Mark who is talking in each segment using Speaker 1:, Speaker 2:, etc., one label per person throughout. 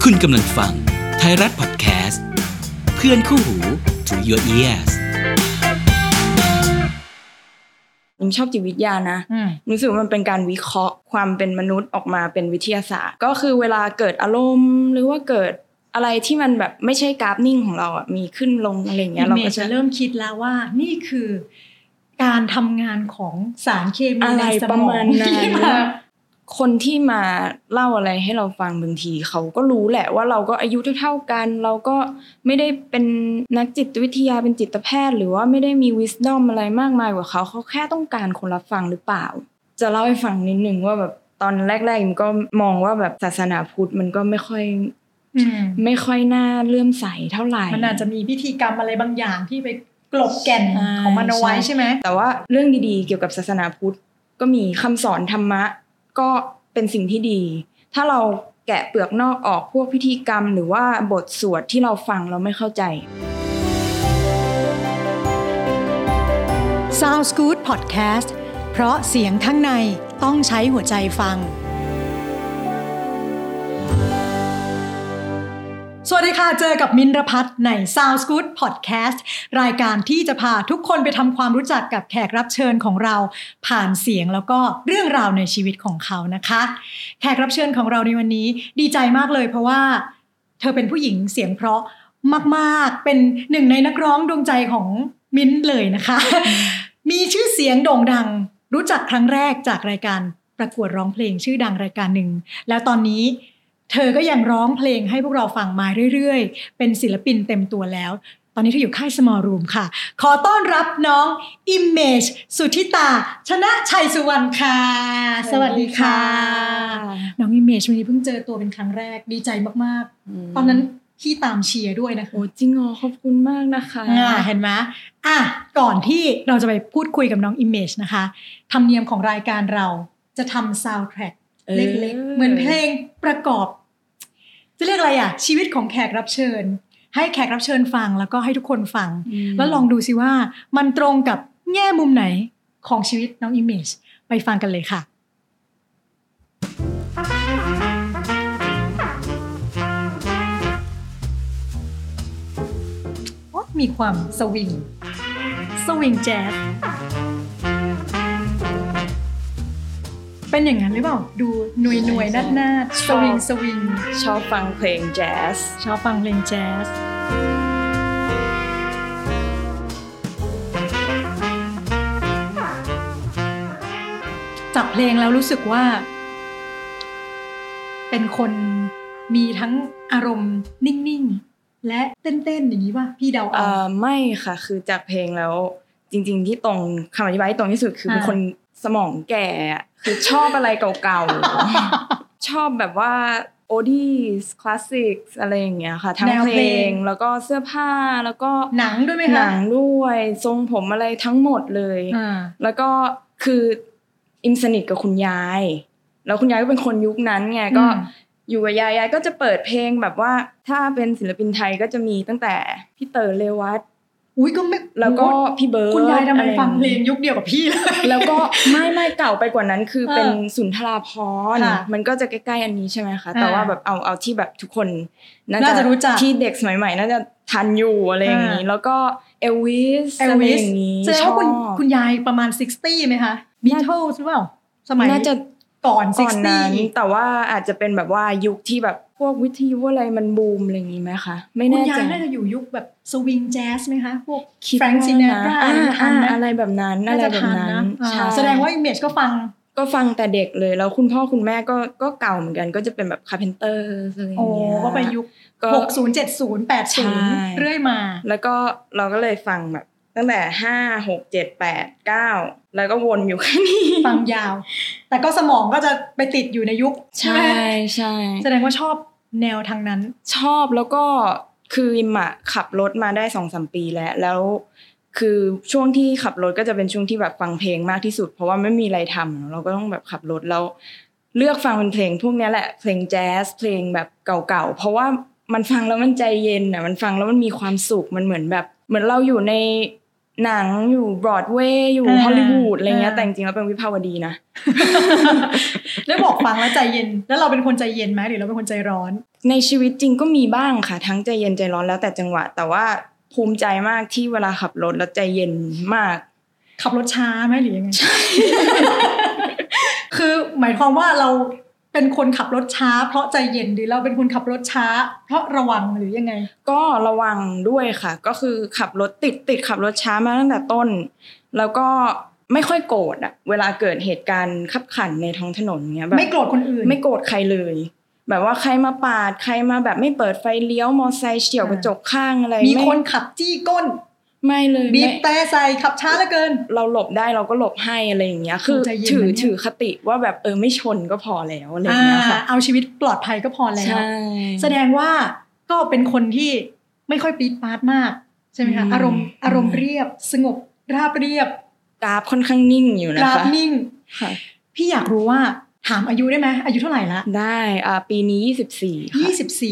Speaker 1: คุณกำลังฟังไทยรัฐพอดแคสต์เพื่อนคู่หู to your ears
Speaker 2: ผมชอบจิตวิทยานะรู้สึกว่ามันเป็นการวิเคราะห์ความเป็นมนุษย์ออกมาเป็นวิทยาศาสตร์ก็คือเวลาเกิดอารมณ์หรือว่าเกิดอะไรที่มันแบบไม่ใช่กราฟนิ่งของเราอ่ะมีขึ้นลงอะไรอย่างเงี้ยเราก็จะ
Speaker 3: เริ่มคิดแล้วว่านี่คือการทำงานของสารเคมีในสมองที่มา
Speaker 2: คนที่มาเล่าอะไรให้เราฟังบางทีเขาก็รู้แหละว่าเราก็อายุเท่าๆกันเราก็ไม่ได้เป็นนักจิตวิทยาเป็นจิตแพทย์หรือว่าไม่ได้มี wisdom อะไรมากมายกว่าเขาแค่ต้องการคนรับฟังหรือเปล่าจะเล่าให้ฟังนิดนึงว่าแบบตอนแรกๆมันก็มองว่าแบบศาสนาพุทธมันก็ไม่ค่อยน่าเลื่อมใสเท่าไหร่
Speaker 3: มันอาจจะมีพิธีกรรมอะไรบางอย่างที่ไปกลบแก่นของมันเอาไว้ใช่ไหม
Speaker 2: แต่ว่าเรื่องดีๆเกี่ยวกับศาสนาพุทธก็มีคำสอนธรรมะก็เป็นสิ่งที่ดีถ้าเราแกะเปลือกนอกออกพวกพิธีกรรมหรือว่าบทสวดที่เราฟังเราไม่เข้าใจ
Speaker 4: Sounds Good Podcast เพราะเสียงข้างในต้องใช้หัวใจฟัง
Speaker 3: สวัสดีค่ะเจอกับมินรพัฒน์ใน Sounds Good Podcast รายการที่จะพาทุกคนไปทำความรู้จักกับแขกรับเชิญของเราผ่านเสียงแล้วก็เรื่องราวในชีวิตของเขานะคะแขกรับเชิญของเราในวันนี้ดีใจมากเลยเพราะว่าเธอเป็นผู้หญิงเสียงเพราะมากๆเป็นหนึ่งในนักร้องดวงใจของมินเลยนะคะ มีชื่อเสียงโด่งดังรู้จักครั้งแรกจากรายการประกวดร้องเพลงชื่อดังรายการหนึ่งแล้วตอนนี้เธอก็ยังร้องเพลงให้พวกเราฟังมาเรื่อยๆเป็นศิลปินเต็มตัวแล้วตอนนี้เธออยู่ค่าย Small Room ค่ะขอต้อนรับน้อง Image สุทธิตาชนะชัยสุวรรณค่ะสวัสดีค่ะน้อง Image วันนี้เพิ่งเจอตัวเป็นครั้งแรกดีใจมากๆตอนนั้นพี่ตามเชียร์ด้วยนะคะ
Speaker 2: โอ้จริงเหรอขอบคุณมากนะคะ
Speaker 3: เห็นไหมก่อนที่เราจะไปพูดคุยกับน้อง Image นะคะธรรมเนียมของรายการเราจะทำ soundtrackเล็กๆเหมือนเพลงประกอบจะเรียกอะไรชีวิตของแขกรับเชิญให้แขกรับเชิญฟังแล้วก็ให้ทุกคนฟังแล้วลองดูสิว่ามันตรงกับแง่มุมไหนของชีวิตน้อง Image ไปฟังกันเลยค่ะมีความสวิงแจ๊สเป็นอย่างนั้นหรือเปล่าดูหน่วยนาดสวิง
Speaker 2: ชอบฟังเพลงแจ๊ส
Speaker 3: จับเพลงแล้วรู้สึกว่าเป็นคนมีทั้งอารมณ์นิ่งๆและเต้นๆอย่างนี้ป่ะพี่เดา
Speaker 2: ไม่ค่ะคือจากเพลงแล้วจริงๆที่ตรงคำอธิบายที่ตรงที่สุดคือเป็นคนสมองแก่คือชอบอะไรเก่าๆ ชอบแบบว่าโอดี้คลาสสิกอะไรอย่างเงี้ยค่ะทั้งเพลงแล้วก็เสื้อผ้าแล้วก็
Speaker 3: หนังด้วยไหมคะ
Speaker 2: หนังด้วยทรงผมอะไรทั้งหมดเลยแล้วก็คืออิมสนิทกับคุณยายแล้วคุณยายก็เป็นคนยุคนั้นไงก็อยู่กับยายก็จะเปิดเพลงแบบว่าถ้าเป็นศิลปินไทยก็จะมีตั้งแต่พี่เต๋อเรวัต
Speaker 3: ก็ไม่
Speaker 2: แล้วก็พี่เบิร์ด
Speaker 3: คุณยายทำไมฟังเพลงยุคเดียวกับพี่เลย
Speaker 2: แล้วก็ไม่เก่าไปกว่านั้นคือเป็นสุนทราภรณ์มันก็จะใกล้ๆอันนี้ใช่ไหมคะแต่ว่าแบบเอาที่แบบทุกคน
Speaker 3: น่าจะรู้จัก
Speaker 2: ที่เด็กสมัยใหม่น่าจะทันอยู่อะไรอย่างนี้แล้วก็เอลวิสอะไรอย่างนี้
Speaker 3: แสดงว่าคุณยายประมาณ60ไหมคะบีทเทิลหรือเปล่าสมัย
Speaker 2: น่าจะ
Speaker 3: ก่อน
Speaker 2: 60แต่ว่าอาจจะเป็นแบบว่ายุคที่แบบพวกวิทยุอะไรมันบูมอะไรอย่างนี้ไหมคะไม่แน่ใจ
Speaker 3: คุณยายน่าจะอยู่ยุคแบบสวิงแจ๊สไหมคะพวกแฟรงค์ซินาตรา
Speaker 2: อะไรแบบนั้น
Speaker 3: แสดงว่า Image ก็
Speaker 2: ฟังแต่เด็กเลยแล้วคุณพ่อคุณแม่ก็เก่าเหมือนกันก็จะเป็นแบบคาร์เพนเตอร์อะไรอย่างเงี้ย
Speaker 3: ก็ไปยุค60 70 80เรื่อยมา
Speaker 2: แล้วก็เราก็เลยฟังแบบตั้งแต่5 6 7 8 9แล้วก็วนอยู่แค่นี้
Speaker 3: ฟังยาวแต่ก็สมองก็จะไปติดอยู่ในยุค
Speaker 2: ใช่
Speaker 3: แสดงว่าชอบแนวทางนั้น
Speaker 2: ชอบแล้วก็คืออิมขับรถมาได้ 2-3 ปีแล้วคือช่วงที่ขับรถก็จะเป็นช่วงที่แบบฟังเพลงมากที่สุดเพราะว่าไม่มีอะไรทำเราก็ต้องแบบขับรถแล้วเลือกฟังเป็นเพลงพวกนี้แหละเพลงแจ๊สเพลงแบบเก่าๆเพราะว่ามันฟังแล้วมันใจเย็นมันฟังแล้วมันมีความสุขมันเหมือนเราอยู่ในหนังอยู่บรอดเวย์อยู่ฮอลลีวูดอะไรเงี้ยแต่จริงๆแล้วเป็นวิภาวดีนะ
Speaker 3: แล้วบอกฟังแล้วใจเย็นแล้วเราเป็นคนใจเย็นไหมหรือเราเป็นคนใจร้อน
Speaker 2: ในชีวิตจริงก็มีบ้างค่ะทั้งใจเย็นใจร้อนแล้วแต่จังหวะแต่ว่าภูมิใจมากที่เวลาขับรถแล้วใจเย็นมาก
Speaker 3: ขับรถช้าไหมหรือยังไง คือหมายความว่าเราเป็นคนขับรถช้าเพราะใจเย็นหรือเราเป็นคนขับรถช้าเพราะระวังหรือยังไง
Speaker 2: ก็ระวังด้วยค่ะก็คือขับรถติดขับรถช้ามาตั้งแต่ต้นแล้วก็ไม่ค่อยโกรธอะเวลาเกิดเหตุการณ์ขับขันในท้องถนนเงี้ยแบบ
Speaker 3: ไม่โกรธคนอื่น
Speaker 2: ไม่โกรธใครเลยแบบว่าใครมาปาดใครมาแบบไม่เปิดไฟเลี้ยวมอไซค์เฉี่ยวกระจกข้างอะไร
Speaker 3: มีคนขับจี้ก้น
Speaker 2: ไม่เลย
Speaker 3: บีบแต่ใส่ขับช้าเหลือเกิน
Speaker 2: เราหลบได้เราก็หลบให้อะไรอย่างเงี้ยคือถือคติว่าแบบไม่ชนก็พอแล้วอะไรอย่างเงี้ยค่ะ
Speaker 3: เอาชีวิตปลอดภัยก็พอแล้วแสดงว่าก็เป็นคนที่ไม่ค่อยปี๊ดป๊าดมากใช่ไหมคะอารมณ์เรียบสงบราบเรียบ
Speaker 2: กราฟค่อนข้างนิ่งอยู่นะคะ
Speaker 3: กราฟนิ่งค่ะพี่อยากรู้ว่าถามอายุได้ไหมอายุเท่าไหร่ละ
Speaker 2: ได้ปีนี้24ค่ะ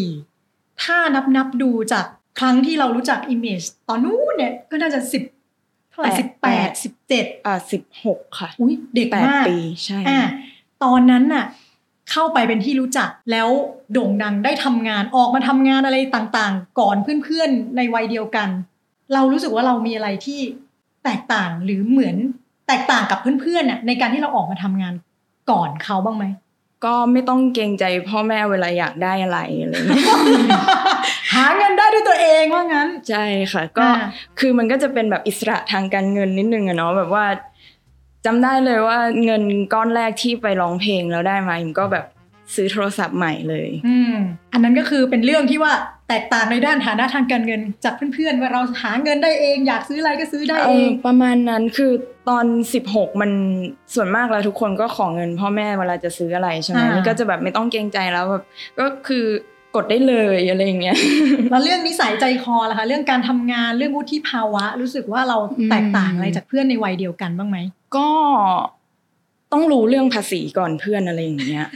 Speaker 3: 24ถ้านับดูจากครั้งที่เรารู้จัก Image ตอนนู้นเนี่ยก็น่าจะ10เท่าไหร่18 17
Speaker 2: 16ค่ะ
Speaker 3: อุ๊ยเด็กมาก
Speaker 2: 8 ปีใช่
Speaker 3: ตอนนั้นน่ะเข้าไปเป็นที่รู้จักแล้วโด่งดังได้ทำงานออกมาทำงานอะไรต่างๆก่อนเพื่อนๆในวัยเดียวกันเรารู้สึกว่าเรามีอะไรที่แตกต่างหรือเหมือนแตกต่างกับเพื่อนๆน่ะในการที่เราออกมาทำงานก่อนเขาบ้างไหม
Speaker 2: ก็ไม่ต้องเกรงใจพ่อแม่เวลาอยากได้อะไรอะไรเงี้ย
Speaker 3: หาเงินได้ด้วยตัวเองว่างั้น
Speaker 2: ใช่ค่ะก็คือมันก็จะเป็นแบบอิสระทางการเงินนิดนึงอะเนาะแบบว่าจำได้เลยว่าเงินก้อนแรกที่ไปร้องเพลงแล้วได้มาอิมก็แบบซื้อโทรศัพท์ใหม่เลย
Speaker 3: อันนั้นก็คือเป็นเรื่องที่ว่าแตกต่างในด้านฐานะทางการเงินจากเพื่อนๆว่าเราหาเงินได้เองอยากซื้ออะไรก็ซื้อได้เอง
Speaker 2: ประมาณนั้นคือตอน16มันส่วนมากแล้วทุกคนก็ขอเงินพ่อแม่เวลาจะซื้ออะไรใช่ไหมนี่ก็จะแบบไม่ต้องเกรงใจแล้วแบบก็คือกดได้เลยอะไรอย่างเงี้ย
Speaker 3: แล้วเรื่องนิสัยใจคอล่ะคะเรื่องการทำงานเรื่องวุฒิภาวะรู้สึกว่าเราแตกต่างอะไรจากเพื่อนในวัยเดียวกันบ้างไหม
Speaker 2: ก็ต้องรู้เรื่องภาษีก่อนเพื่อนอะไรอย่างเงี้ย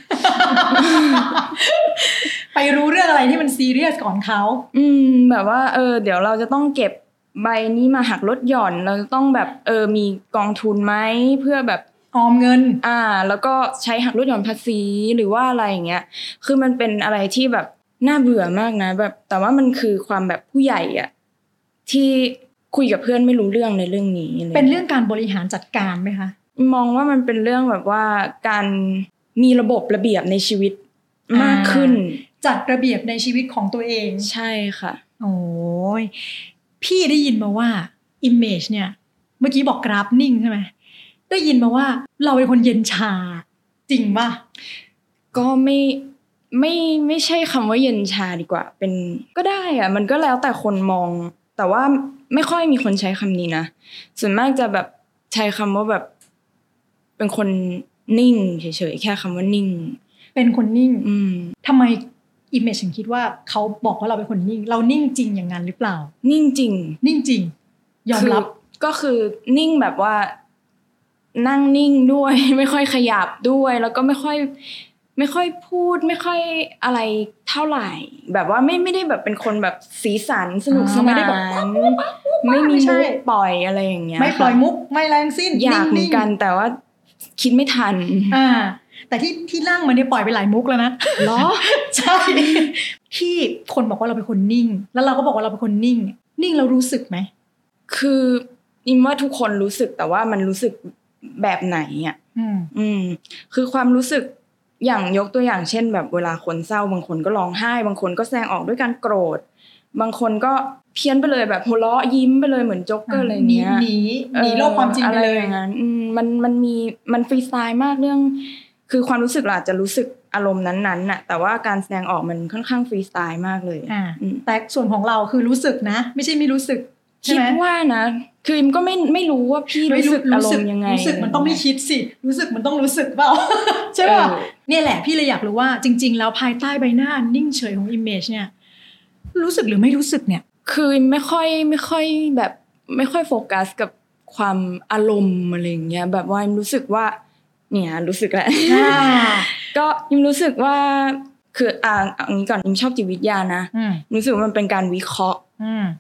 Speaker 3: ไปรู้เรื่องอะไรที่มันซีเรียสก่อนเขา
Speaker 2: แบบว่าเดี๋ยวเราจะต้องเก็บใบนี้มาหักลดหย่อนเราจะต้องแบบมีกองทุนไหมเพื่อแบบ
Speaker 3: ออมเงิน
Speaker 2: แล้วก็ใช้หักลดหย่อนภาษีหรือว่าอะไรอย่างเงี้ยคือมันเป็นอะไรที่แบบน่าเบื่อมากนะแบบแต่ว่ามันคือความแบบผู้ใหญ่อะที่คุยกับเพื่อนไม่รู้เรื่องในเรื่องนี้
Speaker 3: เป็นเรื่องการบริหารจัดการไหมคะ
Speaker 2: มองว่ามันเป็นเรื่องแบบว่าการมีระบบระเบียบในชีวิตมากขึ้น
Speaker 3: จัดระเบียบในชีวิตของตัวเอง
Speaker 2: ใช่ค่ะ
Speaker 3: โอ้ยพี่ได้ยินมาว่า Image เนี่ยเมื่อกี้บอกกราฟนิ่งใช่ไหมได้ยินมาว่าเราเป็นคนเย็นชาจริงป่ะ
Speaker 2: ก็ไม่ใช่คำว่าเย็นชาดีกว่าเป็นก็ได้อะมันก็แล้วแต่คนมองแต่ว่าไม่ค่อยมีคนใช้คำนี้นะส่วนมากจะแบบใช้คำว่าแบบเป็นคนนิ่งเฉยๆแค่คำว่านิ่ง
Speaker 3: เป็นคนนิ่งทำไม Image ถึงคิดว่าเขาบอกว่าเราเป็นคนนิ่งเรานิ่งจริงอย่างนั้นหรือเปล่า
Speaker 2: นิ่งจริง
Speaker 3: นิ่งจริงยอมรับ
Speaker 2: ก็คือนิ่งแบบว่านั่งนิ่งด้วยไม่ค่อยขยับด้วยแล้วก็ไม่ค่อยพูดไม่ค่อยอะไรเท่าไหร่แบบว่าไม่ได้แบบเป็นคนแบบสีสันสนุกสนานไม่มีมุกปล่อยอะไรอย่างเงี้ย
Speaker 3: ไม่ปล่อยมุกไม่แรงสิ้น
Speaker 2: อยากเหมือนกันแต่ว่าคิดไม่ทัน
Speaker 3: แต่ที่นั่งมาเนี่ยปล่อยไปหลายมุกแล้วนะ
Speaker 2: เหรอ
Speaker 3: ใช่ที่คนบอกว่าเราเป็นคนนิ่งแล้วเราก็บอกว่าเราเป็นคนนิ่งเรารู้สึกไหม
Speaker 2: คืออิมว่าทุกคนรู้สึกแต่ว่ามันรู้สึกแบบไหนอ่ะคือความรู้สึกอย่างยกตัวอย่างเช่นแบบเวลาคนเศร้าบางคนก็ร้องไห้บางคนก็แสดงออกด้วยการโกรธบางคนก็เพี้ยนไปเลยแบบหัวเราะยิ้มไปเลยเหมือนโจ๊กเกอร์อะไรเงี้ย
Speaker 3: หนีโลกความจริงไปเลย
Speaker 2: อย่างนั้นมันฟรีสไตล์มากเรื่องคือความรู้สึกเราอาจจะรู้สึกอารมณ์นั้นๆน่ะแต่ว่าการแสดงออกมันค่อนข้างฟรีสไตล์มากเลย
Speaker 3: แต่ส่วนของเราคือรู้สึกนะไม่ใช่ไม่รู้สึก
Speaker 2: คิดว่านะคืออิมก็ไม่รู้ว่าพี่รู้สึกอารมณ์ยังไง
Speaker 3: รู้สึกมันต้องไม่คิดสิรู้สึกมันต้องรู้สึกเปล่าใช่ป่ะเนี่ยแหละพี่เลยอยากรู้ว่าจริงๆแล้วภายใต้ใบหน้านิ่งเฉยของ Image เนี่ยรู้สึกหรือไม่รู้สึกเนี่ย
Speaker 2: คือไม่ค่อยแบบไม่ค่อยโฟกัสกับความอารมณ์อะไรอย่างเงี้ยแบบว่าอิมรู้สึกว่าเนี่ยรู้สึกแหละก็อิมรู้สึกว่าคืออย่างนี้ก่อนอิมชอบจิตวิทยานะรู้สึกว่ามันเป็นการวิเคราะห์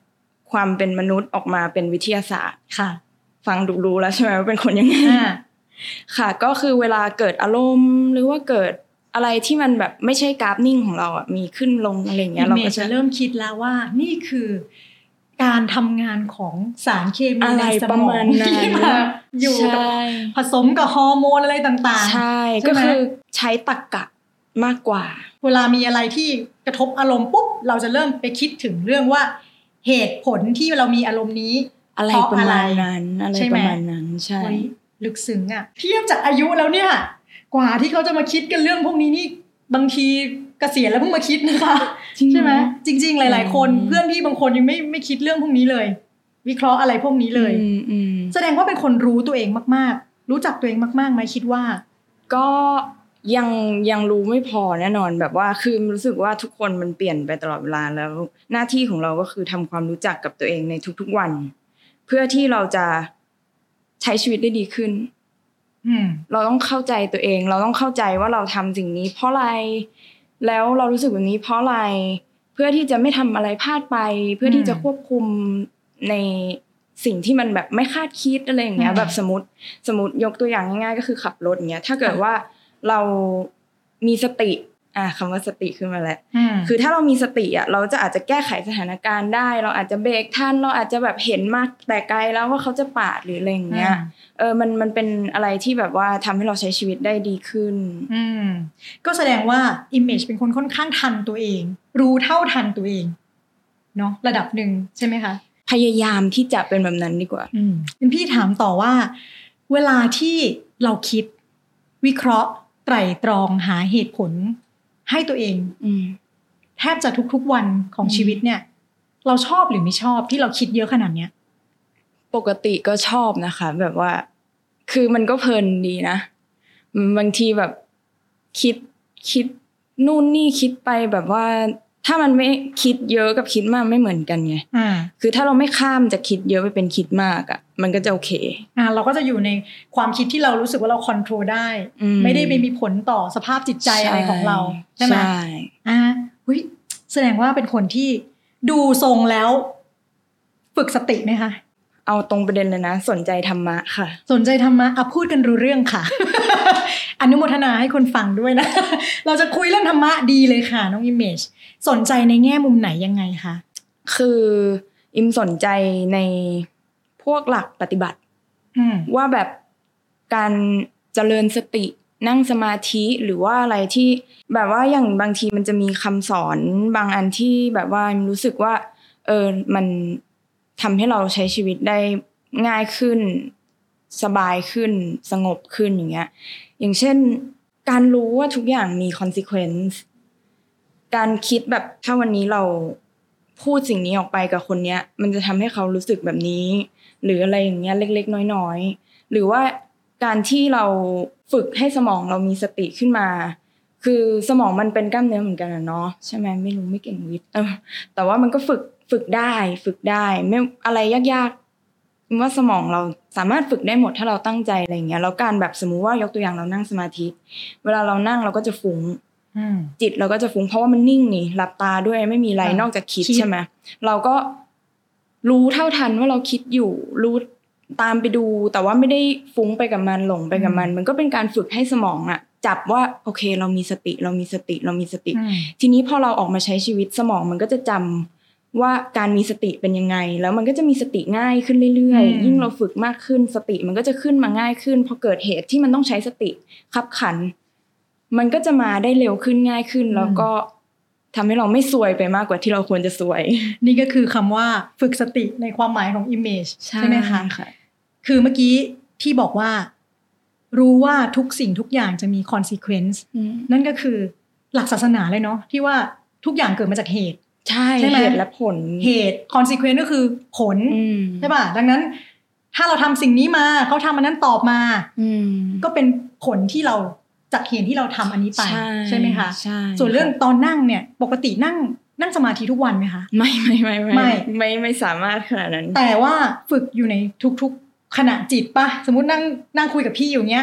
Speaker 2: ความเป็นมนุษย์ออกมาเป็นวิทยาศาสตร์
Speaker 3: ค่ะ
Speaker 2: ฟังดูรู้แล้วใช่ไหมว่าเป็นคนยังไงค่ะก็คือเวลาเกิดอารมณ์หรือว่าเกิดอะไรที่มันแบบไม่ใช่กราฟนิ่งของเราอ่ะมีขึ้นลงอะไรอย่างเงี้ยเราก็จะ
Speaker 3: เริ่มคิดแล้วว่านี่คือการทำงานของสารเคมีในสมองที่มาอยู่ผสมกับฮอร์โมนอะไรต่างๆ
Speaker 2: ใช่ก็คือใช้ตรรกะมากกว่า
Speaker 3: เวลามีอะไรที่กระทบอารมณ์ปุ๊บเราจะเริ่มไปคิดถึงเรื่องว่าเหตุผลที่เรามีอารมณ์นี้
Speaker 2: อะไรประมาณนั้นอะไรประมาณนั้นใช่
Speaker 3: ลึกซึ้งอ่ะเทียบจากอายุแล้วเนี่ยกว่าที่เขาจะมาคิดกันเรื่องพวกนี้นี่บางทีเกษียณแล้วเพิ่งมาคิดนะคะใช่ไหมจริงๆหลายๆคนเพื่อนพี่บางคนยังไม่คิดเรื่องพวกนี้เลยวิเคราะห์อะไรพวกนี้เลยแสดงว่าเป็นคนรู้ตัวเองมากๆรู้จักตัวเองมากๆไหมคิดว่า
Speaker 2: ก็ยังรู้ไม่พอแน่นอนแบบว่าคือรู้สึกว่าทุกคนมันเปลี่ยนไปตลอดเวลาแล้วหน้าที่ของเราก็คือทำความรู้จักกับตัวเองในทุกๆวันเพื่อที่เราจะใช้ชีวิตได้ดีขึ้นเราต้องเข้าใจตัวเองเราต้องเข้าใจว่าเราทำสิ่งนี้เพราะอะไรแล้วเรารู้สึกแบบนี้เพราะอะไรเพื่อที่จะไม่ทำอะไรพลาดไปเพื่อที่จะควบคุมในสิ่งที่มันแบบไม่คาดคิดอะไรอย่างเงี้ยแบบสมมติยกตัวอย่างง่ายๆก็คือขับรถอย่างเงี้ยถ้าเกิดว่าเรามีสติคำว่าสติขึ้นมาแล้วคือถ้าเรามีสติเราจะอาจจะแก้ไขสถานการณ์ได้เราอาจจะเบรกทันเราอาจจะแบบเห็นมาแต่ไกลแล้วว่าเขาจะปาดหรืออะไรอย่างเงี้ยมันเป็นอะไรที่แบบว่าทำให้เราใช้ชีวิตได้ดีขึ้น
Speaker 3: ก็แสดงว่า Image เป็นคนค่อนข้างทันตัวเองรู้เท่าทันตัวเองเนาะระดับหนึ่งใช่ไหมคะ
Speaker 2: พยายามที่จะเป็นแบบนั้นดีกว่า
Speaker 3: เป็นพี่ถามต่อว่าเวลาที่เราคิดวิเคราะห์ไตร่ตรองหาเหตุผลให้ตัวเองแทบจะทุกๆวันของชีวิตเนี่ยเราชอบหรือไม่ชอบที่เราคิดเยอะขนาดเนี้ย
Speaker 2: ปกติก็ชอบนะคะแบบว่าคือมันก็เพลินดีนะบางทีแบบคิดนู่นนี่คิดไปแบบว่าถ้ามันไม่คิดเยอะกับคิดมากไม่เหมือนกันไงคือถ้าเราไม่ข้ามจากคิดเยอะไปเป็นคิดมากมันก็จะโอเค
Speaker 3: เราก็จะอยู่ในความคิดที่เรารู้สึกว่าเราคอนโทรลได้ไม่ได้ไปมีผลต่อสภาพจิตใจอะไรของเราใช่ไหมแสดงว่าเป็นคนที่ดูทรงแล้วฝึกสติไหมคะ
Speaker 2: เอาตรงประเด็นเลยนะสนใจธรรมะค่ะ
Speaker 3: สนใจธรรมะพูดกันรู้เรื่องค่ะ อนุโมทนาให้คนฟังด้วยนะ เราจะคุยเรื่องธรรมะดีเลยค่ะน้อง Image สนใจในแง่มุมไหนยังไงคะ
Speaker 2: คืออิมสนใจในพวกหลักปฏิบัติว่าแบบการเจริญสตินั่งสมาธิหรือว่าอะไรที่แบบว่าอย่างบางทีมันจะมีคำสอนบางอันที่แบบว่ารู้สึกว่ามันทำให้เราใช้ชีวิตได้ง่ายขึ้นสบายขึ้นสงบขึ้นอย่างเงี้ยอย่างเช่นการรู้ว่าทุกอย่างมี consequence การคิดแบบถ้าวันนี้เราพูดสิ่งนี้ออกไปกับคนเนี้ยมันจะทำให้เขารู้สึกแบบนี้หรืออะไรอย่างเงี้ยเล็กๆน้อยๆหรือว่าการที่เราฝึกให้สมองเรามีสติขึ้นมาคือสมองมันเป็นกล้ามเนื้อเหมือนกันเนาะใช่ไหมไม่เก่งวิทย์แต่ว่ามันก็ฝึกได้ไม่อะไรยากๆว่าสมองเราสามารถฝึกได้หมดถ้าเราตั้งใจอะไรอย่างเงี้ยแล้วการแบบสมมุติว่ายกตัวอย่างเรานั่งสมาธิเวลาเรานั่งเราก็จะฟุ้งจิตเราก็จะฟุ้งเพราะว่ามันนิ่งนี่หลับตาด้วยไม่มีอะไรนอกจากคิดใช่ไหมเราก็รู้เท่าทันว่าเราคิดอยู่รู้ตามไปดูแต่ว่าไม่ได้ฟุ้งไปกับมันหลงไปกับมันก็เป็นการฝึกให้สมองจับว่าโอเคเรามีสติทีนี้พอเราออกมาใช้ชีวิตสมองมันก็จะจำว่าการมีสติเป็นยังไงแล้วมันก็จะมีสติง่ายขึ้นเรื่อยๆยิ่งเราฝึกมากขึ้นสติมันก็จะขึ้นมาง่ายขึ้นพอเกิดเหตุที่มันต้องใช้สติคับขันมันก็จะมาได้เร็วขึ้นง่ายขึ้นแล้วก็ทำให้เราไม่ซวยไปมากกว่าที่เราควรจะซวย
Speaker 3: นี่ก็คือคำว่าฝึกสติในความหมายของ Image ใช่ไหมคะคือเมื่อกี้พี่บอกว่ารู้ว่าทุกสิ่งทุกอย่างจะมี consequence นั่นก็คือหลักศาสนาเลยเนาะที่ว่าทุกอย่างเกิดมาจากเหตุ
Speaker 2: ใช่เหตุและผล
Speaker 3: เหตุ consequence ก็คือผลใช่ป่ะดังนั้นถ้าเราทำสิ่งนี้มาเขาทำอันนั้นตอบมาก็เป็นผลที่เราจากเหตุที่เราทำอันนี้ไปใช่ไหมคะส่วนเรื่องตอนนั่งเนี่ยปกตินั่งสมาธิทุกวันไหมคะ
Speaker 2: ไม่สามารถขนาดนั้น
Speaker 3: แต่ว่าฝึกอยู่ในทุกๆขณะจิตป่ะสมมุตินั่งคุยกับพี่อยู่เงี้ย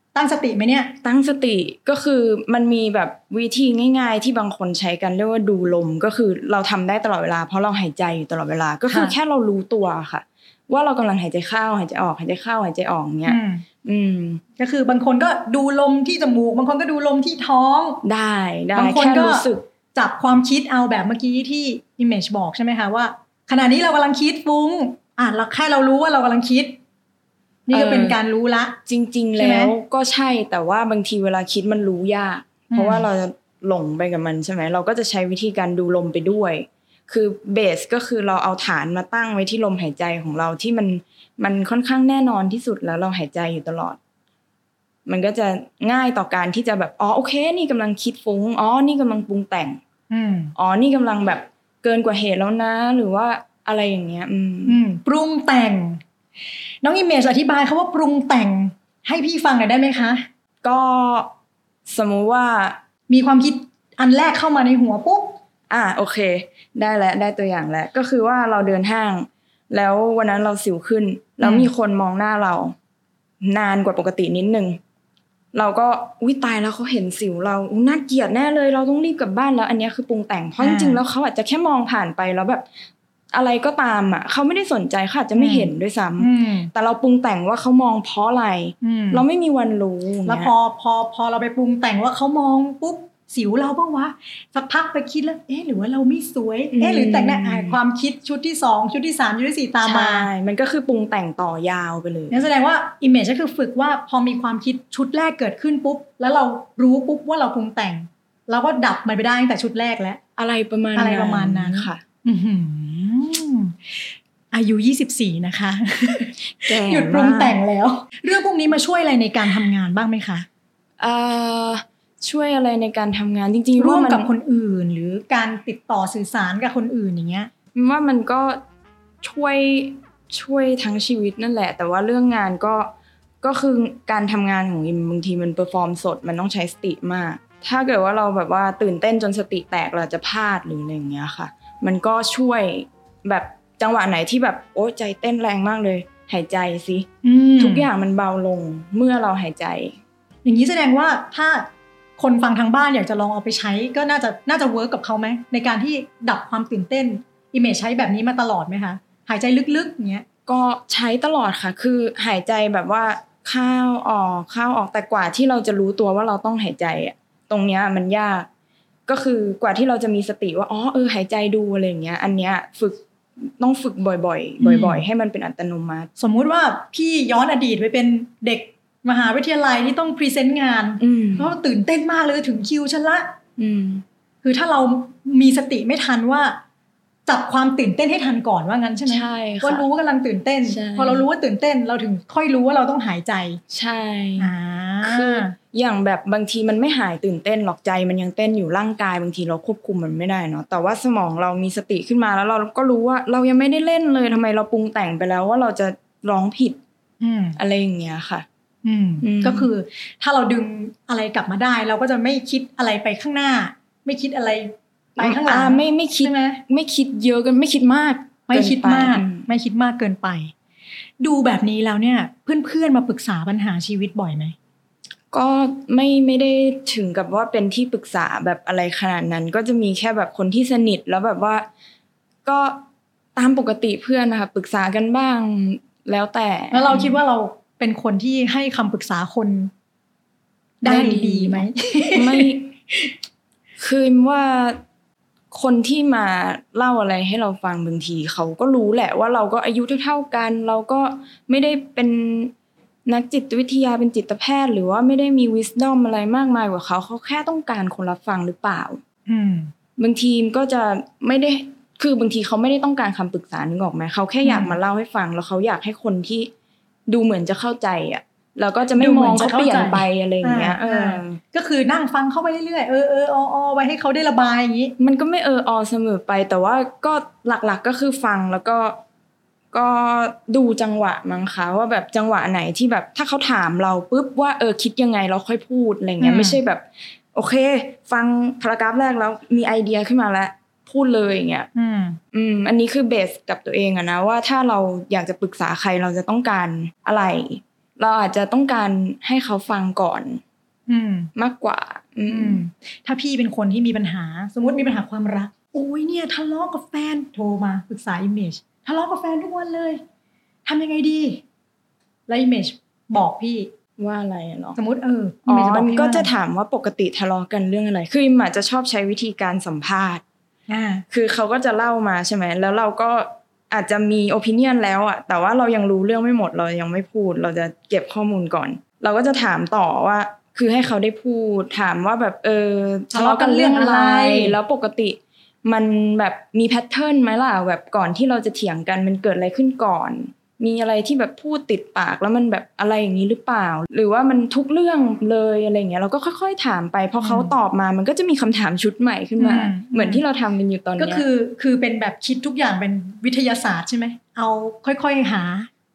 Speaker 3: ตั้งสติไหมเนี่ย
Speaker 2: ตั้งสติก็คือมันมีแบบวิธีง่ายๆที่บางคนใช้กันเรียกว่าดูลมก็คือเราทำได้ตลอดเวลาเพราะเราหายใจอยู่ตลอดเวลาก็คือแค่เรารู้ตัวค่ะว่าเรากำลังหายใจเข้าหายใจออกหายใจเข้าหายใจออกเงี้ย
Speaker 3: ก็คือบางคนก็ดูลมที่จมูกบางคนก็ดูลมที่ท้อง
Speaker 2: ได้
Speaker 3: บางคนก็รู้สึกจับความคิดเอาแบบเมื่อกี้ที่ image บอกใช่ไหมคะว่าขณะนี้เรากำลังคิดฟุ้งเราแค่เรารู้ว่าเรากำลังคิดนี่ก็เป็นการรู้ละ
Speaker 2: จริงๆแล้วก็ใช่แต่ว่าบางทีเวลาคิดมันรู้ยากเพราะว่าเราจะหลงไปกับมันใช่ไหมเราก็จะใช้วิธีการดูลมไปด้วยคือเบสก็คือเราเอาฐานมาตั้งไว้ที่ลมหายใจของเราที่มันค่อนข้างแน่นอนที่สุดแล้วเราหายใจอยู่ตลอดมันก็จะง่ายต่อการที่จะแบบโอเคนี่กำลังคิดฟุ้งนี่กำลังปรุงแต่งนี่กำลังแบบเกินกว่าเหตุแล้วนะหรือว่าอะไรอย่างเงี้ย
Speaker 3: ปรุงแต่งน้องอิเมจอธิบายคำว่าปรุงแต่งให้พี่ฟังหน่อยได้ไหมคะ
Speaker 2: ก็สมมุติว่า
Speaker 3: มีความคิดอันแรกเข้ามาในหัวปุ๊บ
Speaker 2: โอเคได้แล้วได้ตัวอย่างแล้วก็คือว่าเราเดินห้างแล้ววันนั้นเราสิวขึ้นแล้วมีคนมองหน้าเรานานกว่าปกตินิดนึงเราก็ตายแล้วเขาเห็นสิวเราน่าเกลียดแน่เลยเราต้องรีบกลับบ้านแล้วอันนี้คือปรุงแต่งเพราะจริงๆแล้วเขาอาจจะแค่มองผ่านไปแล้วแบบอะไรก็ตามเขาไม่ได้สนใจเขาอาจจะไม่เห็นด้วยซ้ำแต่เราปรุงแต่งว่าเขามองเพราะอะไรเราไม่มีวันรู้
Speaker 3: แล้วพอเราไปปรุงแต่งว่าเขามองปุ๊บสิวเราบ้างวะสักพักไปคิดแล้วหรือว่าเราไม่สวยหรือแต่งหน้าความคิดชุดที่2ชุดที่3ชุดที่4ตามมา
Speaker 2: ใช่มันก็คือปรุงแต่งต่อยาวไปเลย
Speaker 3: นั่นแสดงว่า image ก็คือฝึกว่าพอมีความคิดชุดแรกเกิดขึ้นปุ๊บแล้วเรารู้ปุ๊บว่าเราปรุงแต่งเราก็ดับมันไปได้ตั้งแต่ชุดแรกแล้ว
Speaker 2: อะไรประมาณ
Speaker 3: นั้น
Speaker 2: ค่ะ
Speaker 3: อายุ24นะคะหยุดปรุงแต่งแล้วเรื่องพวกนี้มาช่วยอะไรในการทำงานบ้างไหมคะ
Speaker 2: ช่วยอะไรในการทำงานจริงๆ
Speaker 3: ร่วมกับคนอื่นหรือการติดต่อสื่อสารกับคนอื่นอย่างเงี้ย
Speaker 2: ว่ามันก็ช่วยทั้งชีวิตนั่นแหละแต่ว่าเรื่องงานก็คือการทำงานของอิมบางทีมันเปอร์ฟอร์มสดมันต้องใช้สติมากถ้าเกิดว่าเราแบบว่าตื่นเต้นจนสติแตกเราจะพลาดหรืออะไรอย่างเงี้ยค่ะมันก็ช่วยแบบจังหวะไหนที่แบบโอ๊ยใจเต้นแรงมากเลยหายใจสิทุกอย่างมันเบาลงเมื่อเราหายใจ
Speaker 3: อย่างนี้แสดงว่าถ้าคนฟังทางบ้านอยากจะลองเอาไปใช้ก็น่าจะเวิร์กกับเขาไหมในการที่ดับความตื่นเต้นอิเมจใช้แบบนี้มาตลอดไหมคะหายใจลึกๆอย่างเงี้ย
Speaker 2: ก็ใช้ตลอดค่ะคือหายใจแบบว่าเข้าออกแต่กว่าที่เราจะรู้ตัวว่าเราต้องหายใจตรงเนี้ยมันยากก็คือกว่าที่เราจะมีสติว่าหายใจดูอะไรอย่างเงี้ยอันเนี้ยต้องฝึกบ่อยๆให้มันเป็นอัตโนมัติ
Speaker 3: สมมุติว่าพี่ย้อนอดีตไปเป็นเด็กมหาวิทยาลัยที่ต้องพรีเซนต์งานเพราะตื่นเต้นมากเลยถึงคิวฉันละคือถ้าเรามีสติไม่ทันว่าจับความตื่นเต้นให้ทันก่อนว่างั้นใช่ไหม
Speaker 2: ใช่
Speaker 3: ว่ารู้ว่ากำลังตื่นเต้นพอเรารู้ว่าตื่นเต้นเราถึงค่อยรู้ว่าเราต้องหายใจ
Speaker 2: ใช่คืออย่างแบบบางทีมันไม่หายตื่นเต้นหรอกใจมันยังเต้นอยู่ร่างกายบางทีเราควบคุมมันไม่ได้เนาะแต่ว่าสมองเรามีสติขึ้นมาแล้วเราก็รู้ว่าเรายังไม่ได้เล่นเลยทำไมเราปรุงแต่งไปแล้วว่าเราจะร้องผิดอะไรอย่างเงี้ยค่ะ
Speaker 3: ก็คือถ้าเราดึงอะไรกลับมาได้เราก็จะไม่คิดอะไรไปข้างหน้าไม่คิดอะไรไปข้างหลัง
Speaker 2: ไม่คิดใช่ไหมไม่คิดเยอะกันไม่คิดมาก
Speaker 3: ไม่คิดมากเกินไปดูแบบนี้แล้วเนี่ยเพื่อนๆมาปรึกษาปัญหาชีวิตบ่อยไหม
Speaker 2: ก็ไม่ได้ถึงกับว่าเป็นที่ปรึกษาแบบอะไรขนาดนั้นก็จะมีแค่แบบคนที่สนิทแล้วแบบว่าก็ตามปกติเพื่อนนะคะปรึกษากันบ้างแล้วแต่
Speaker 3: แล้วเราคิดว่าเราเป็นคนที่ให้คำปรึกษาคนได้ดีไหม
Speaker 2: ไม่คือว่าคนที่มาเล่าอะไรให้เราฟังบางทีเขาก็รู้แหละว่าเราก็อายุเท่าๆกันเราก็ไม่ได้เป็นนักจิตวิทยาเป็นจิตแพทย์หรือว่าไม่ได้มี wisdom อะไรมากมายกว่าเขาแค่ต้องการคนรับฟังหรือเปล่าบางทีก็จะไม่ได้คือบางทีเขาไม่ได้ต้องการคำปรึกษานึกออกไหมเขาแค่อยากมาเล่าให้ฟังแล้วเขาอยากให้คนที่ดูเหมือนจะเข้าใจแล้วก็จะไม่มองเขาเปลี่ยนไปอะไรอย่างเงี้ย
Speaker 3: ก็คือนั่งฟังเข้าไปเรื่อยๆไว้ให้เขาได้ระบายอย่างงี้
Speaker 2: มันก็ไม่เสมอไปแต่ว่าก็หลักๆก็คือฟังแล้วก็ดูจังหวะมั้งคะว่าแบบจังหวะไหนที่แบบถ้าเขาถามเราปุ๊บว่าคิดยังไงเราค่อยพูดอะไรเงี้ยไม่ใช่แบบโอเคฟังพารากราฟแรกแล้วมีไอเดียขึ้นมาแล้วพูดเลยอย่างเงี้ยอันนี้คือเบสกับตัวเองนะว่าถ้าเราอยากจะปรึกษาใครเราจะต้องการอะไรเราอาจจะต้องการให้เขาฟังก่อนมากกว่า
Speaker 3: ถ้าพี่เป็นคนที่มีปัญหาสมมติมีปัญหาความรักโอ้ยเนี่ยทะเลาะกับแฟนโทรมาปรึกษา Image ทะเลาะกับแฟนทุกวันเลยทำยังไงดีแล้ว Image บอกพี่
Speaker 2: ว่าอะไรเนาะ
Speaker 3: สมมติ
Speaker 2: มันก็จะถามว่าปกติทะเลาะกันเรื่องอะไรคืออิมอาจจะชอบใช้วิธีการสัมภาษณ์คือเขาก็จะเล่ามาใช่ไหมแล้วเราก็อาจจะมี opinion แล้วอะแต่ว่าเรายังรู้เรื่องไม่หมดเรายังไม่พูดเราจะเก็บข้อมูลก่อนเราก็จะถามต่อว่าคือให้เขาได้พูดถามว่าแบบทะเลาะกันเรื่องอะไรแล้วปกติมันแบบมีแพทเทิร์นไหมล่ะแบบก่อนที่เราจะเถียงกันมันเกิดอะไรขึ้นก่อนมีอะไรที่แบบพูดติดปากแล้วมันแบบอะไรอย่างนี้หรือเปล่าหรือว่ามันทุกเรื่องเลยอะไรอย่างเงี้ยเราก็ค่อยๆถามไปพอเขาตอบมามันก็จะมีคำถามชุดใหม่ขึ้นมาเหมือนที่เราทำกันอยู่ตอนนี้
Speaker 3: ก็คือเป็นแบบคิดทุกอย่างเป็นวิทยาศาสตร์ใช่ไหมเอาค่อยๆหา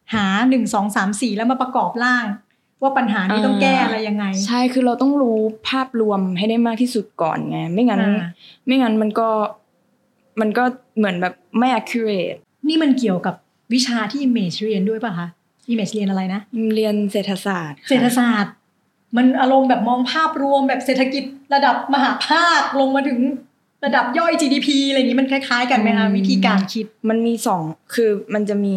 Speaker 3: 1 2 3 4แล้วมาประกอบร่างว่าปัญหานี้ต้องแก้อะไรยังไง
Speaker 2: ใช่คือเราต้องรู้ภาพรวมให้ได้มากที่สุดก่อนไงไม่งั้นมันก็เหมือนแบบไม่ accurate
Speaker 3: นี่มันเกี่ยวกับวิชาที่ Image เรียนด้วยป่ะคะ Image เรียนอะไรนะ
Speaker 2: เรียนเศรษฐศาสตร์
Speaker 3: เศรษฐศาสตร์มันอารมณ์แบบมองภาพรวมแบบเศรษฐกิจระดับมหาภาคลงมาถึงระดับย่อย GDP อะไรอย่างนี้มันคล้ายๆกันไหมคะวิธีการคิด
Speaker 2: มันมี2คือมันจะมี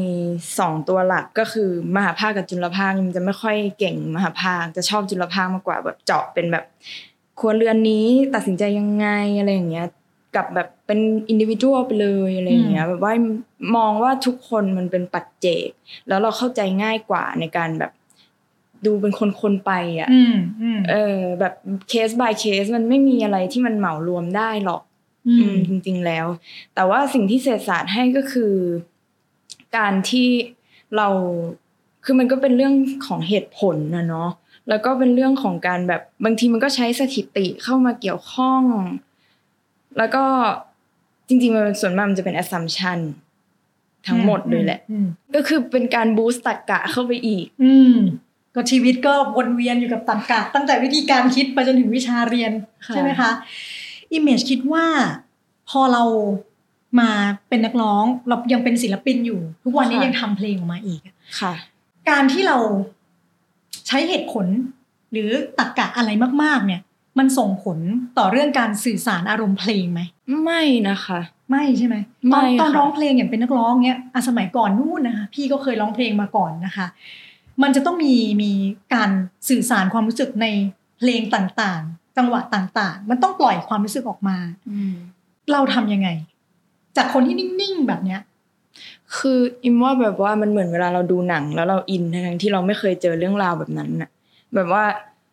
Speaker 2: 2ตัวหลักก็คือมหาภาคกับจุลภาคมันจะไม่ค่อยเก่งมหาภาคจะชอบจุลภาคมากกว่าแบบเจาะเป็นแบบครัวเรือนนี้ตัดสินใจยังไงอะไรอย่างเงี้ยกับแบบเป็นอินดิวิวดัลไปเลยอะไรอย่างเงี้ยแบบว่ามองว่าทุกคนมันเป็นปัจเจกแล้วเราเข้าใจง่ายกว่าในการแบบดูเป็นคนๆไปอ่ะแบบเคส by เคสมันไม่มีอะไรที่มันเหมารวมได้หรอกจริงๆแล้วแต่ว่าสิ่งที่เศรษฐศาสตร์ให้ก็คือการที่เราคือมันก็เป็นเรื่องของเหตุผลนะเนาะแล้วก็เป็นเรื่องของการแบบบางทีมันก็ใช้สถิติเข้ามาเกี่ยวข้องแล้วก็จริงๆมันส่วนมากมันจะเป็น assumption ทั้งหมดเลยแหละก็คือเป็นการบูสต์ตรรกะเข้าไปอีก
Speaker 3: ก็ชีวิตก็วนเวียนอยู่กับตรรกะตั้งแต่วิธีการคิดไปจนถึงวิชาเรียนใช่ไหมคะ Image คิดว่าพอเรามาเป็นนักร้องเรายังเป็นศิลปินอยู่ทุกวันนี้ยังทำเพลงออกมาอีก
Speaker 2: ค่ะ
Speaker 3: การที่เราใช้เหตุผลหรือตรรกะอะไรมากๆเนี่ยมันส่งผลต่อเรื่องการสื่อสารอารมณ์เพลงไหม
Speaker 2: ไม่นะคะ
Speaker 3: ไม่ใช่ไหมตอนร้องเพลงอย่างเป็นนักร้องเนี้ยสมัยก่อนนู่นนะคะพี่ก็เคยร้องเพลงมาก่อนนะคะมันจะต้องมีการสื่อสารความรู้สึกในเพลงต่างๆจังหวะต่างๆมันต้องปล่อยความรู้สึกออกมาเราทำยังไงจากคนที่นิ่งๆแบบเนี้ย
Speaker 2: คืออิมว่าแบบว่ามันเหมือนเวลาเราดูหนังแล้วเราอินทั้งที่เราไม่เคยเจอเรื่องราวแบบนั้นน่ะแบบว่า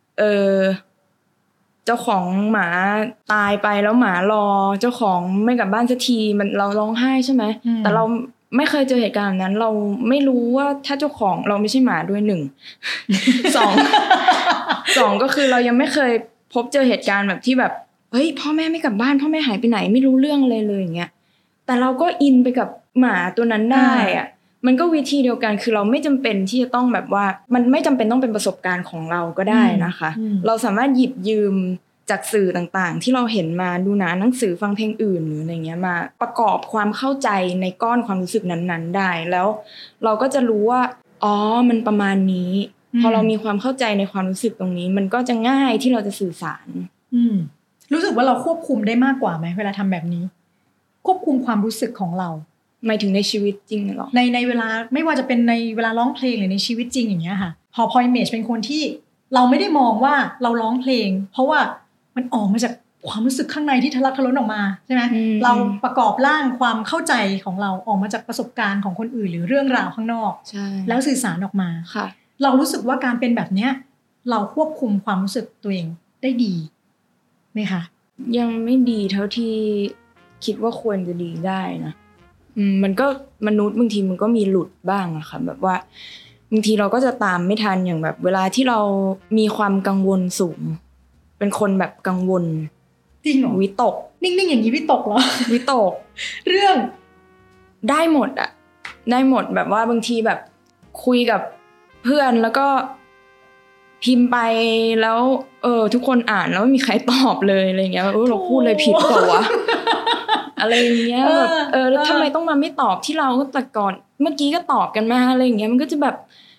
Speaker 2: เจ้าของหมาตายไปแล้วหมารอเจ้าของไม่กลับบ้านสักทีมันเราร้องไห้ใช่ไหมแต่เราไม่เคยเจอเหตุการณ์แบบนั้นเราไม่รู้ว่าถ้าเจ้าของเราไม่ใช่หมาด้วย1 2ก็คือเรายังไม่เคยพบเจอเหตุการณ์แบบที่แบบเฮ้ยพ่อแม่ไม่กลับบ้านพ่อแม่หายไปไหนไม่รู้เรื่องอะไรเลยอย่างเงี้ยแต่เราก็อินไปกับหมาตัวนั้นได้อะมันก็วิธีเดียวกันคือเราไม่จำเป็นที่จะต้องแบบว่ามันไม่จำเป็นต้องเป็นประสบการณ์ของเราก็ได้นะคะเราสามารถหยิบยืมจากสื่อต่างๆที่เราเห็นมาดูหนังสือฟังเพลงอื่นหรืออะไรเงี้ยมาประกอบความเข้าใจในก้อนความรู้สึกนั้นๆได้แล้วเราก็จะรู้ว่าอ๋อมันประมาณนี้พอเรามีความเข้าใจในความรู้สึกตรงนี้มันก็จะง่ายที่เราจะสื่อสาร
Speaker 3: รู้สึกว่าเราควบคุมได้มากกว่าไหมเวลาทำแบบนี้ควบคุมความรู้สึกของเรา
Speaker 2: หมายถึงในชีวิตจริงหรอ
Speaker 3: ในเวลาไม่ว่าจะเป็นในเวลาร้องเพลงหรือในชีวิตจริงอย่างเงี้ยค่ะพอ Image เป็นคนที่เราไม่ได้มองว่าเราร้องเพลงเพราะว่ามันออกมาจากความรู้สึกข้างในที่ทะลักทะล้นออกมาใช่ไหมเราประกอบร่างความเข้าใจของเราออกมาจากประสบการณ์ของคนอื่นหรือเรื่องราวข้างนอกแล้วสื่อสารออกมาเรารู้สึกว่าการเป็นแบบเนี้ยเราควบคุมความรู้สึกตัวเองได้ดีไหมคะ
Speaker 2: ยังไม่ดีเท่าที่คิดว่าควรจะดีได้นะมันก็มนุษย์บางทีมันก็มีหลุดบ้างอะค่ะแบบว่าบางทีเราก็จะตามไม่ทันอย่างแบบเวลาที่เรามีความกังวลสูงเป็นคนแบบกังวล
Speaker 3: จริงเหรอ
Speaker 2: วิตก
Speaker 3: นิ่งๆอย่างนี้วิตกเหรอ
Speaker 2: วิตก
Speaker 3: เรื่อง
Speaker 2: ได้หมดอะได้หมดแบบว่าบางทีแบบคุยกับเพื่อนแล้วก็พิมพ์ไปแล้วทุกคนอ่านแล้วไม่มีใครตอบเลยอะไรเงี้ยเราพูดอะไรผิดเปล่าวะอะไรอย่างเงี้ยแบบแล้วทำไมต้องมาไม่ตอบที่เราก็แต่ก่อนเมื่อกี้ก็ตอบกันมาอะไรอย่างเงี้ยมันก็จะแบบ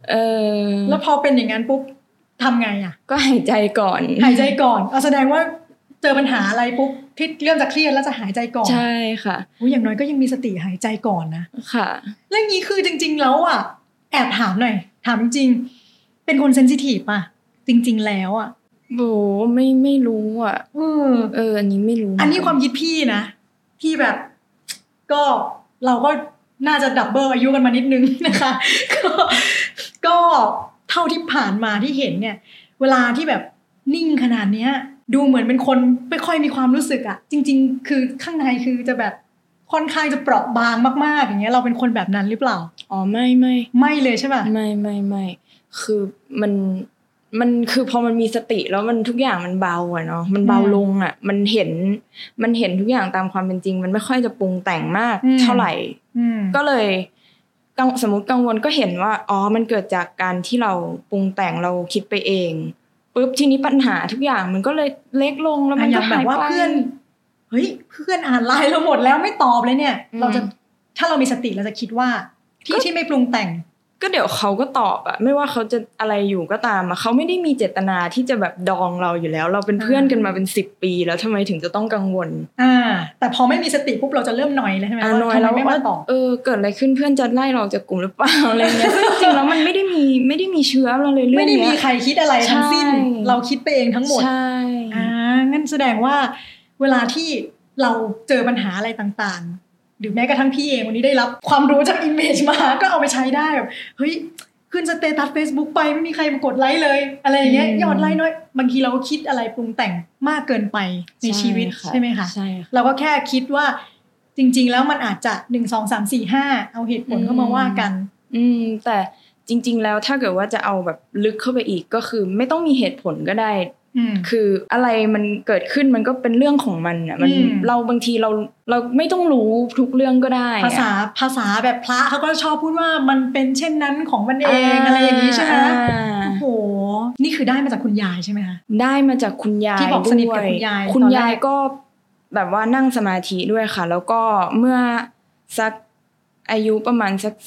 Speaker 3: แล้วพอเป็นอย่างนั้นปุ๊บทำไงอ่ะ
Speaker 2: ก็หายใจก่อน
Speaker 3: แสดงว่าเจอปัญหาอะไรปุ๊บที่เริ่มจะเครียดแล้วจะหายใจก่อน
Speaker 2: ใช่ค่ะ
Speaker 3: อย่างน้อยก็ยังมีสติหายใจก่อนนะ
Speaker 2: ค่ะ
Speaker 3: เรื่องนี้คือจริงๆแล้วอ่ะแอบถามหน่อยถามจริงเป็นคนเซนซิทีฟป่ะจริงๆแล้วอ่ะ
Speaker 2: โหไม่รู้อ่ะอันนี้ไม่รู้
Speaker 3: อันนี้ความคิดพี่นะพี่แบบก็เราก็น่าจะดับเบิลอายุกันมานิดนึงนะคะก็เท่าที่ผ่านมาที่เห็นเนี่ยเวลาที่แบบนิ่งขนาดเนี้ยดูเหมือนเป็นคนไม่ค่อยมีความรู้สึกอ่ะจริงๆคือข้างในคือจะแบบค่อนข้างจะเปราะบางมากๆอย่างเงี้ยเราเป็นคนแบบนั้นหรือเปล่า
Speaker 2: อ๋อไม่
Speaker 3: เลยใช่ป่ะ
Speaker 2: ไม่คือมันคือพอมันมีสติแล้วมันทุกอย่างมันเบาอะเนาะมันเบาลงอะมันเห็นทุกอย่างตามความเป็นจริงมันไม่ค่อยจะปรุงแต่งมากเท่าไหร่ก็เลยสมมติกังวลก็เห็นว่าอ๋อมันเกิดจากการที่เราปรุงแต่งเราคิดไปเองปุ๊บทีนี้ปัญหาทุกอย่างมันก็เลยเล็กลงแล้วมันก็หายไป
Speaker 3: เพื่อนอ่านไลน์เราหมดแล้วไม่ตอบเลยเนี่ยเราจะถ้าเรามีสติเราจะคิดว่าที่ไม่ปรุงแต่ง
Speaker 2: ก็เดี๋ยวเขาก็ตอบอะไม่ว่าเขาจะอะไรอยู่ก็ตามอะเขาไม่ได้มีเจตนาที่จะแบบดองเราอยู่แล้วเราเป็นเพื่อนกันมาเป็น10 ปีแล้วทำไมถึงจะต้องกังวล
Speaker 3: แต่พอไม่มีสติปุ๊บเราจะเริ่มนอยเลยใช่ไหมว่าทำไมไม่มาตอบ
Speaker 2: เกิดอะไรขึ้นเพื่อนจะไล่เราจากกลุ่มหรือเปล่าอะไรเงี้ยซึ่งจริงๆแล้วมันไม่ได้มีเชื้อเราเลยเรื่องนี้
Speaker 3: ไม่ได้มีใครคิดอะไรทั้งสิ้นเราคิดไปเองทั้งหมด
Speaker 2: ใช่
Speaker 3: งั้นแสดงว่าเวลาที่เราเจอปัญหาอะไรต่างๆหรือแม้กระทั่งพี่เองวันนี้ได้รับความรู้จาก Image มาก็เอาไปใช้ได้แบบเฮ้ยขึ้นสเตตัส Facebook ไปไม่มีใครมากดไลค์เลยอะไรอย่างเงี้ยยอดไลค์น้อยบางทีเราก็คิดอะไรปรุงแต่งมากเกินไปในชีวิตใช่ไหมคะ
Speaker 2: ใช่
Speaker 3: เราก็แค่คิดว่าจริงๆแล้วมันอาจจะ1 2 3 4 5เอาเหตุผลเข้ามาว่ากัน
Speaker 2: แต่จริงๆแล้วถ้าเกิดว่าจะเอาแบบลึกเข้าไปอีกก็คือไม่ต้องมีเหตุผลก็ได้คืออะไรมันเกิดขึ้นมันก็เป็นเรื่องของมันอ่ะมันเราบางทีเราไม่ต้องรู้ทุกเรื่องก็ได้
Speaker 3: ภาษาแบบพระเขาก็ชอบพูดว่ามันเป็นเช่นนั้นของมันเองอะไรอย่างนี้ใช่ไหมโอ้โหนี่คือได้มาจากคุณยายใช่ไหมคะ
Speaker 2: ได้มาจากคุณยาย
Speaker 3: ที่บอกสนิทกับคุณ
Speaker 2: ยายก็แบบว่านั่งสมาธิด้วยค่ะแล้วก็เมื่อสักอายุประมาณสัก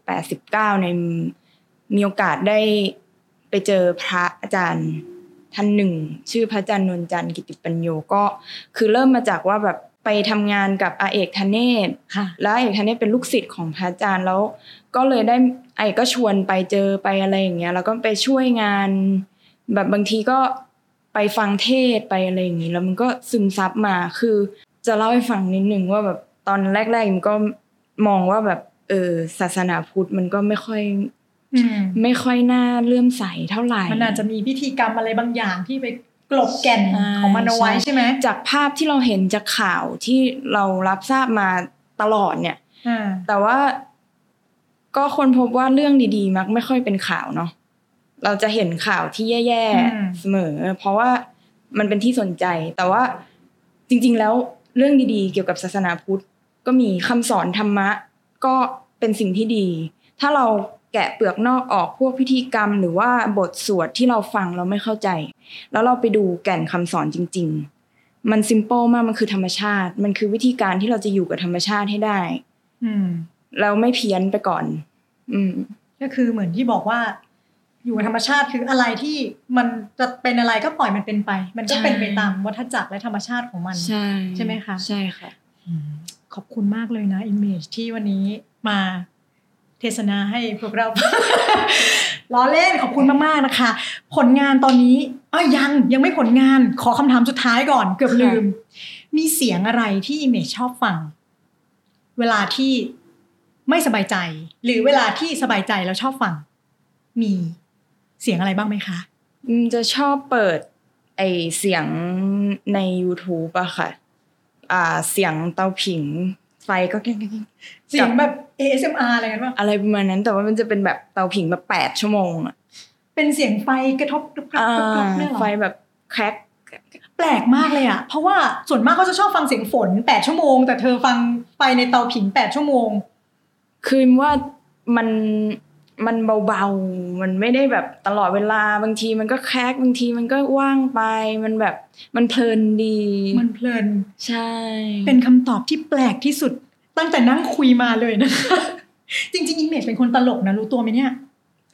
Speaker 2: 18-19ในมีโอกาสได้ไปเจอพระอาจารย์ท่านหนึ่งชื่อพระอาจารย์นวลจันทร์กิติปัญโยก็คือเริ่มมาจากว่าแบบไปทำงานกับอาเอกธเนศแล้วอาเอกธเนศเป็นลูกศิษย์ของพระอาจารย์แล้วก็เลยได้ไอ้ก็ชวนไปเจอไปอะไรอย่างเงี้ยแล้วก็ไปช่วยงานแบบบางทีก็ไปฟังเทศไปอะไรอย่างงี้แล้วมันก็ซึมซับมาคือจะเล่าให้ฟังนิดนึงว่าแบบตอนแรกๆมันก็มองว่าแบบศาสนาพุทธมันก็ไม่ค่อยน่าเลื่อมใสเท่าไหร่
Speaker 3: มันอาจจะมีพิธีกรรมอะไรบางอย่างที่ไปกลบแก่นของมันเอาไว้ใช่ไหม
Speaker 2: จากภาพที่เราเห็นจากข่าวที่เรารับทราบมาตลอดเนี่ยแต่ว่าก็คนพบว่าเรื่องดีๆมักไม่ค่อยเป็นข่าวเนาะเราจะเห็นข่าวที่แย่ๆเสมอเพราะว่ามันเป็นที่สนใจแต่ว่าจริงๆแล้วเรื่องดีๆเกี่ยวกับศาสนาพุทธก็มีคำสอนธรรมะก็เป็นสิ่งที่ดีถ้าเราแกะเปลือกนอกออกพวกพิธีกรรมหรือว่าบทสวดที่เราฟังเราไม่เข้าใจแล้วเราไปดูแก่นคำสอนจริงๆมันซิมเปิลมากมันคือธรรมชาติมันคือวิธีการที่เราจะอยู่กับธรรมชาติให้ได้แล้วไม่เพี้ยนไปก่อน
Speaker 3: ก็คือเหมือนที่บอกว่าอยู่กับธรรมชาติคืออะไรที่มันจะเป็นอะไรก็ปล่อยมันเป็นไปมันก็เป็นไปตามวัฏจักรและธรรมชาติของมันใช่ไหมคะ
Speaker 2: ใช่ค่ะ
Speaker 3: ขอบคุณมากเลยนะ Image ที่วันนี้มาเทศนาให้พวกเรา ล้อเล่นขอบคุณมากๆนะคะผลงานตอนนี้ยังไม่ผลงานขอคำถามสุดท้ายก่อนเกือบลืมมีเสียงอะไรที่ Image ชอบฟังเวลาที่ไม่สบายใจหรือเวลาที่สบายใจแล้วชอบฟังมีเสียงอะไรบ้างไหมคะ
Speaker 2: จะชอบเปิดไอเสียงใน YouTube อะค่ะเสียงเตาผิงไฟก็
Speaker 3: เสียงแบบ ASMR อะไรกันป่ะ
Speaker 2: อะไรประมาณนั้นแต่ว่ามันจะเป็นแบบเตาผิงแบบ8 ชั่วโมงอะ
Speaker 3: เป็นเสียงไฟกระทบเนี่ยหรอ
Speaker 2: ไฟแบบแคร็ก
Speaker 3: แปลกมากเลยอะเพราะว่าส่วนมากเขาจะชอบฟังเสียงฝน8 ชั่วโมงแต่เธอฟังไฟในเตาผิง8 ชั่วโมง
Speaker 2: คือว่ามันเบาๆมันไม่ได้แบบตลอดเวลาบางทีมันก็แคร็กบางทีมันก็ว่างไปมันแบบมันเพลินดี
Speaker 3: มันเพลิน
Speaker 2: ใช่
Speaker 3: เป็นคำตอบที่แปลกที่สุดตั้งแต่นั่งคุยมาเลยนะคะจริงๆ Image เป็นคนตลกนะรู้ตัวไหมเนี่ย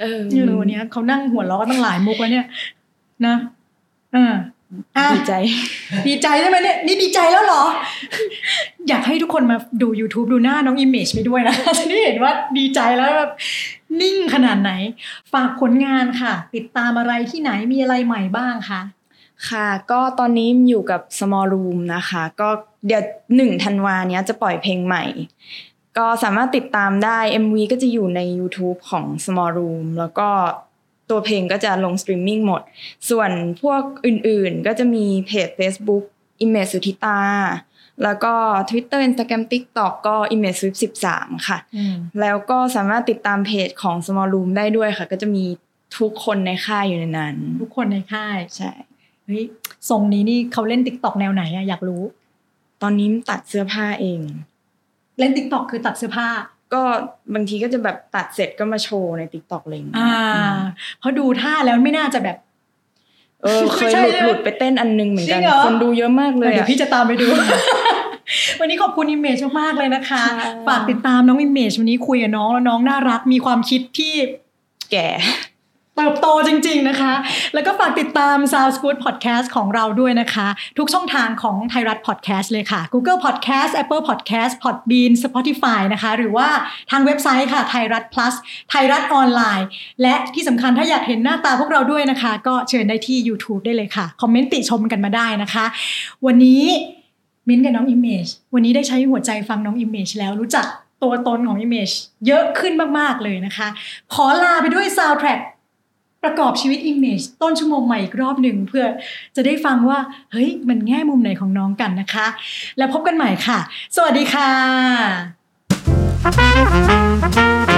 Speaker 3: วันนี้เขานั่งหัวเราะตั้งหลายมุกแล้วเนี่ยนะ
Speaker 2: ดีใจ
Speaker 3: ใช่ไหมเนี่ยนี่ดีใจแล้วเหรอ อยากให้ทุกคนมาดู YouTube ดูหน้าน้อง Image ไปด้วยนะจะได้เห็นว่าดีใจแล้วแบบนิ่งขนาดไหนฝากผลงานค่ะติดตามอะไรที่ไหนมีอะไรใหม่บ้างคะ
Speaker 2: ค่ะก็ตอนนี้อยู่กับ Small Room นะคะก็เดี๋ยว1 ธันวาคมนี้จะปล่อยเพลงใหม่ก็สามารถติดตามได้ MV ก็จะอยู่ใน YouTube ของ Small Room แล้วก็ตัวเพลงก็จะลงสตรีมมิ่งหมดส่วนพวกอื่นๆก็จะมีเพจ Facebook Image สุธิตาแล้วก็ Twitter Instagram TikTok ก็ Image Swift 13ค่ะแล้วก็สามารถติดตามเพจของ Small Room ได้ด้วยค่ะก็จะมีทุกคนในค่ายอยู่ในนั้น
Speaker 3: ทุกคนในค่าย
Speaker 2: ใช่
Speaker 3: เฮ้ยทรงนี้นี่เขาเล่น TikTok แนวไหนอยากรู้
Speaker 2: ตอนนี้ตัดเสื้อผ้าเอง
Speaker 3: เล่น TikTok คือตัดเสื้อผ้า
Speaker 2: ก็บางทีก็จะแบบตัดเสร็จก็มาโชว์ใน TikTok เลย
Speaker 3: เพราะดูท่าแล้วไม่น่าจะแบบ
Speaker 2: เคยหลุดไปเต้นอันนึงเหมือนกันคนดูเยอะมากเลย
Speaker 3: เดี๋ยวพี่จะตามไปดู วันนี้ขอบคุณ Image มากๆเลยนะคะฝากติดตามน้อง Image วันนี้คุยกับน้องแล้วน้องน่ารักมีความคิดที่
Speaker 2: แก่
Speaker 3: เติบโตจริงๆนะคะแล้วก็ฝากติดตาม Sounds Good Podcast ของเราด้วยนะคะทุกช่องทางของไทยรัฐ Podcast เลยค่ะ Google Podcast Apple Podcast Podbean Spotify นะคะหรือว่าทางเว็บไซต์ค่ะไทยรัฐ plus ไทยรัฐออนไลน์และที่สำคัญถ้าอยากเห็นหน้าตาพวกเราด้วยนะคะก็เชิญได้ที่ YouTube ได้เลยค่ะคอมเมนต์ติชมกันมาได้นะคะวันนี้มิ้นท์กับน้อง Image วันนี้ได้ใช้หัวใจฟังน้อง Image แล้วรู้จักตัวตนของ Image เยอะขึ้นมากๆเลยนะคะขอลาไปด้วย Soundtrackประกอบชีวิต Image ต้นชั่วโมงใหม่อีกรอบหนึ่งเพื่อจะได้ฟังว่าเฮ้ยมันแง่มุมไหนของน้องกันนะคะแล้วพบกันใหม่ค่ะสวัสดีค่ะ